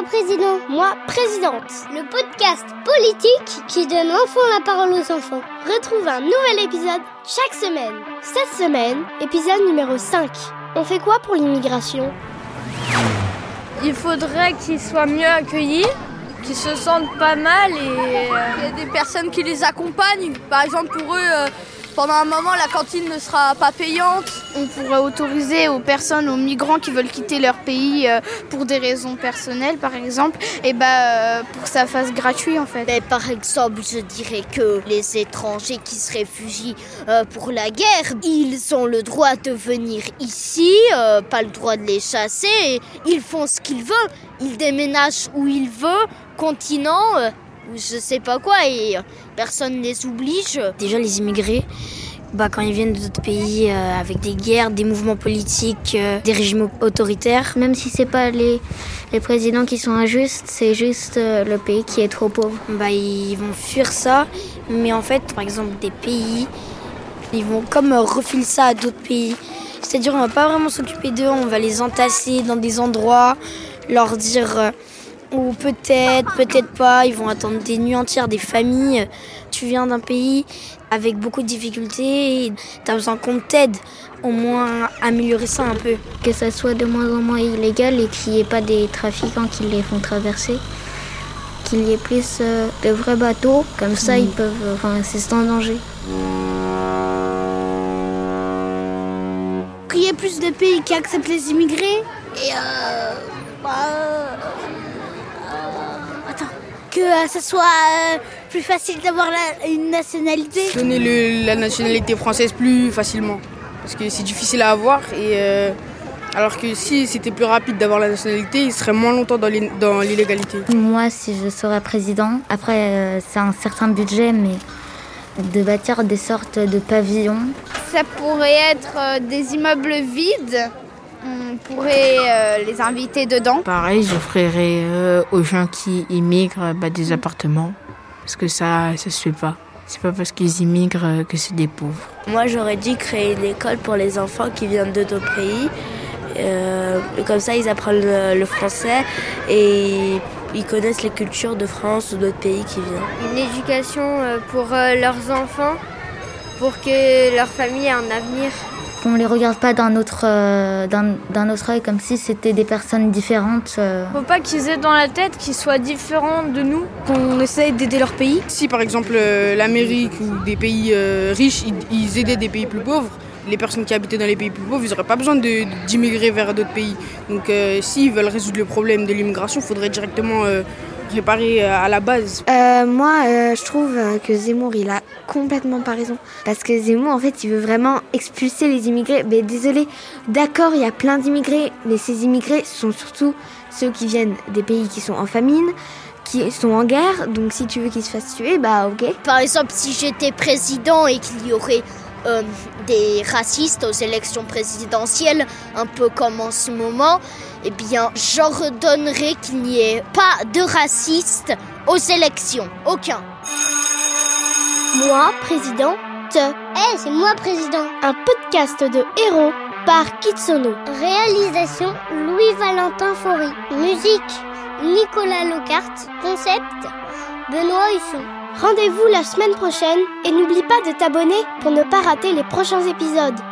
président. Moi, présidente. Le podcast politique qui donne enfin la parole aux enfants. Retrouve un nouvel épisode chaque semaine. Cette semaine, épisode numéro 5. On fait quoi pour l'immigration ? Il faudrait qu'ils soient mieux accueillis, qu'ils se sentent pas mal et il y a des personnes qui les accompagnent. Par exemple, pour eux, pendant un moment, la cantine ne sera pas payante. On pourrait autoriser aux personnes, aux migrants qui veulent quitter leur pays pour des raisons personnelles, par exemple, pour que ça fasse gratuit en fait. Mais par exemple, je dirais que les étrangers qui se réfugient pour la guerre, ils ont le droit de venir ici, pas le droit de les chasser. Ils font ce qu'ils veulent, ils déménagent où ils veulent, continent, je sais pas quoi, et personne ne les oblige. Déjà les immigrés, quand ils viennent d'autres pays avec des guerres, des mouvements politiques, des régimes autoritaires, même si c'est pas les présidents qui sont injustes, c'est juste le pays qui est trop pauvre. Ils vont fuir ça, mais en fait, par exemple, des pays, ils vont comme refiler ça à d'autres pays. C'est-à-dire, on va pas vraiment s'occuper d'eux, on va les entasser dans des endroits, leur dire ou peut-être pas, ils vont attendre des nuits entières, des familles. Tu viens d'un pays avec beaucoup de difficultés, tu as besoin qu'on t'aide, au moins améliorer ça un peu. Que ça soit de moins en moins illégal et qu'il n'y ait pas des trafiquants qui les font traverser, qu'il y ait plus de vrais bateaux, comme ça ils peuvent, c'est sans danger. Qu'il y ait plus de pays qui acceptent les immigrés et que ça soit plus facile d'avoir une nationalité. Donner la nationalité française plus facilement, parce que c'est difficile à avoir, alors que si c'était plus rapide d'avoir la nationalité, il serait moins longtemps dans l'illégalité. Moi, si je serais président, après c'est un certain budget, mais de bâtir des sortes de pavillons. Ça pourrait être des immeubles vides. On pourrait les inviter dedans. Pareil, j'offrirais aux gens qui immigrent des appartements. Parce que ça se fait pas. C'est pas parce qu'ils immigrent que c'est des pauvres. Moi, j'aurais dû créer une école pour les enfants qui viennent de d'autres pays. Comme ça, ils apprennent le français et ils connaissent les cultures de France ou d'autres pays qui viennent. Une éducation pour leurs enfants, pour que leur famille ait un avenir. Qu'on les regarde pas d'un autre œil, comme si c'était des personnes différentes. Faut pas qu'ils aient dans la tête qu'ils soient différents de nous. Qu'on essaye d'aider leur pays. Si par exemple l'Amérique ou des pays riches, ils aidaient des pays plus pauvres, les personnes qui habitaient dans les pays plus pauvres, ils n'auraient pas besoin d'immigrer vers d'autres pays. Donc s'ils veulent résoudre le problème de l'immigration, il faudrait directement réparer à la base. Je trouve que Zemmour, il a complètement pas raison. Parce que Zemmour, en fait, il veut vraiment expulser les immigrés. Mais désolé, d'accord, il y a plein d'immigrés, mais ces immigrés sont surtout ceux qui viennent des pays qui sont en famine, qui sont en guerre. Donc si tu veux qu'ils se fassent tuer, ok. Par exemple, si j'étais président et qu'il y aurait des racistes aux élections présidentielles, un peu comme en ce moment, j'ordonnerais qu'il n'y ait pas de racistes aux élections. Aucun. Moi, présidente. C'est moi, président. Un podcast de héros par Kitsono. Réalisation Louis-Valentin Faury. Musique Nicolas Locarte. Concept Benoît Husson. Rendez-vous la semaine prochaine et n'oublie pas de t'abonner pour ne pas rater les prochains épisodes.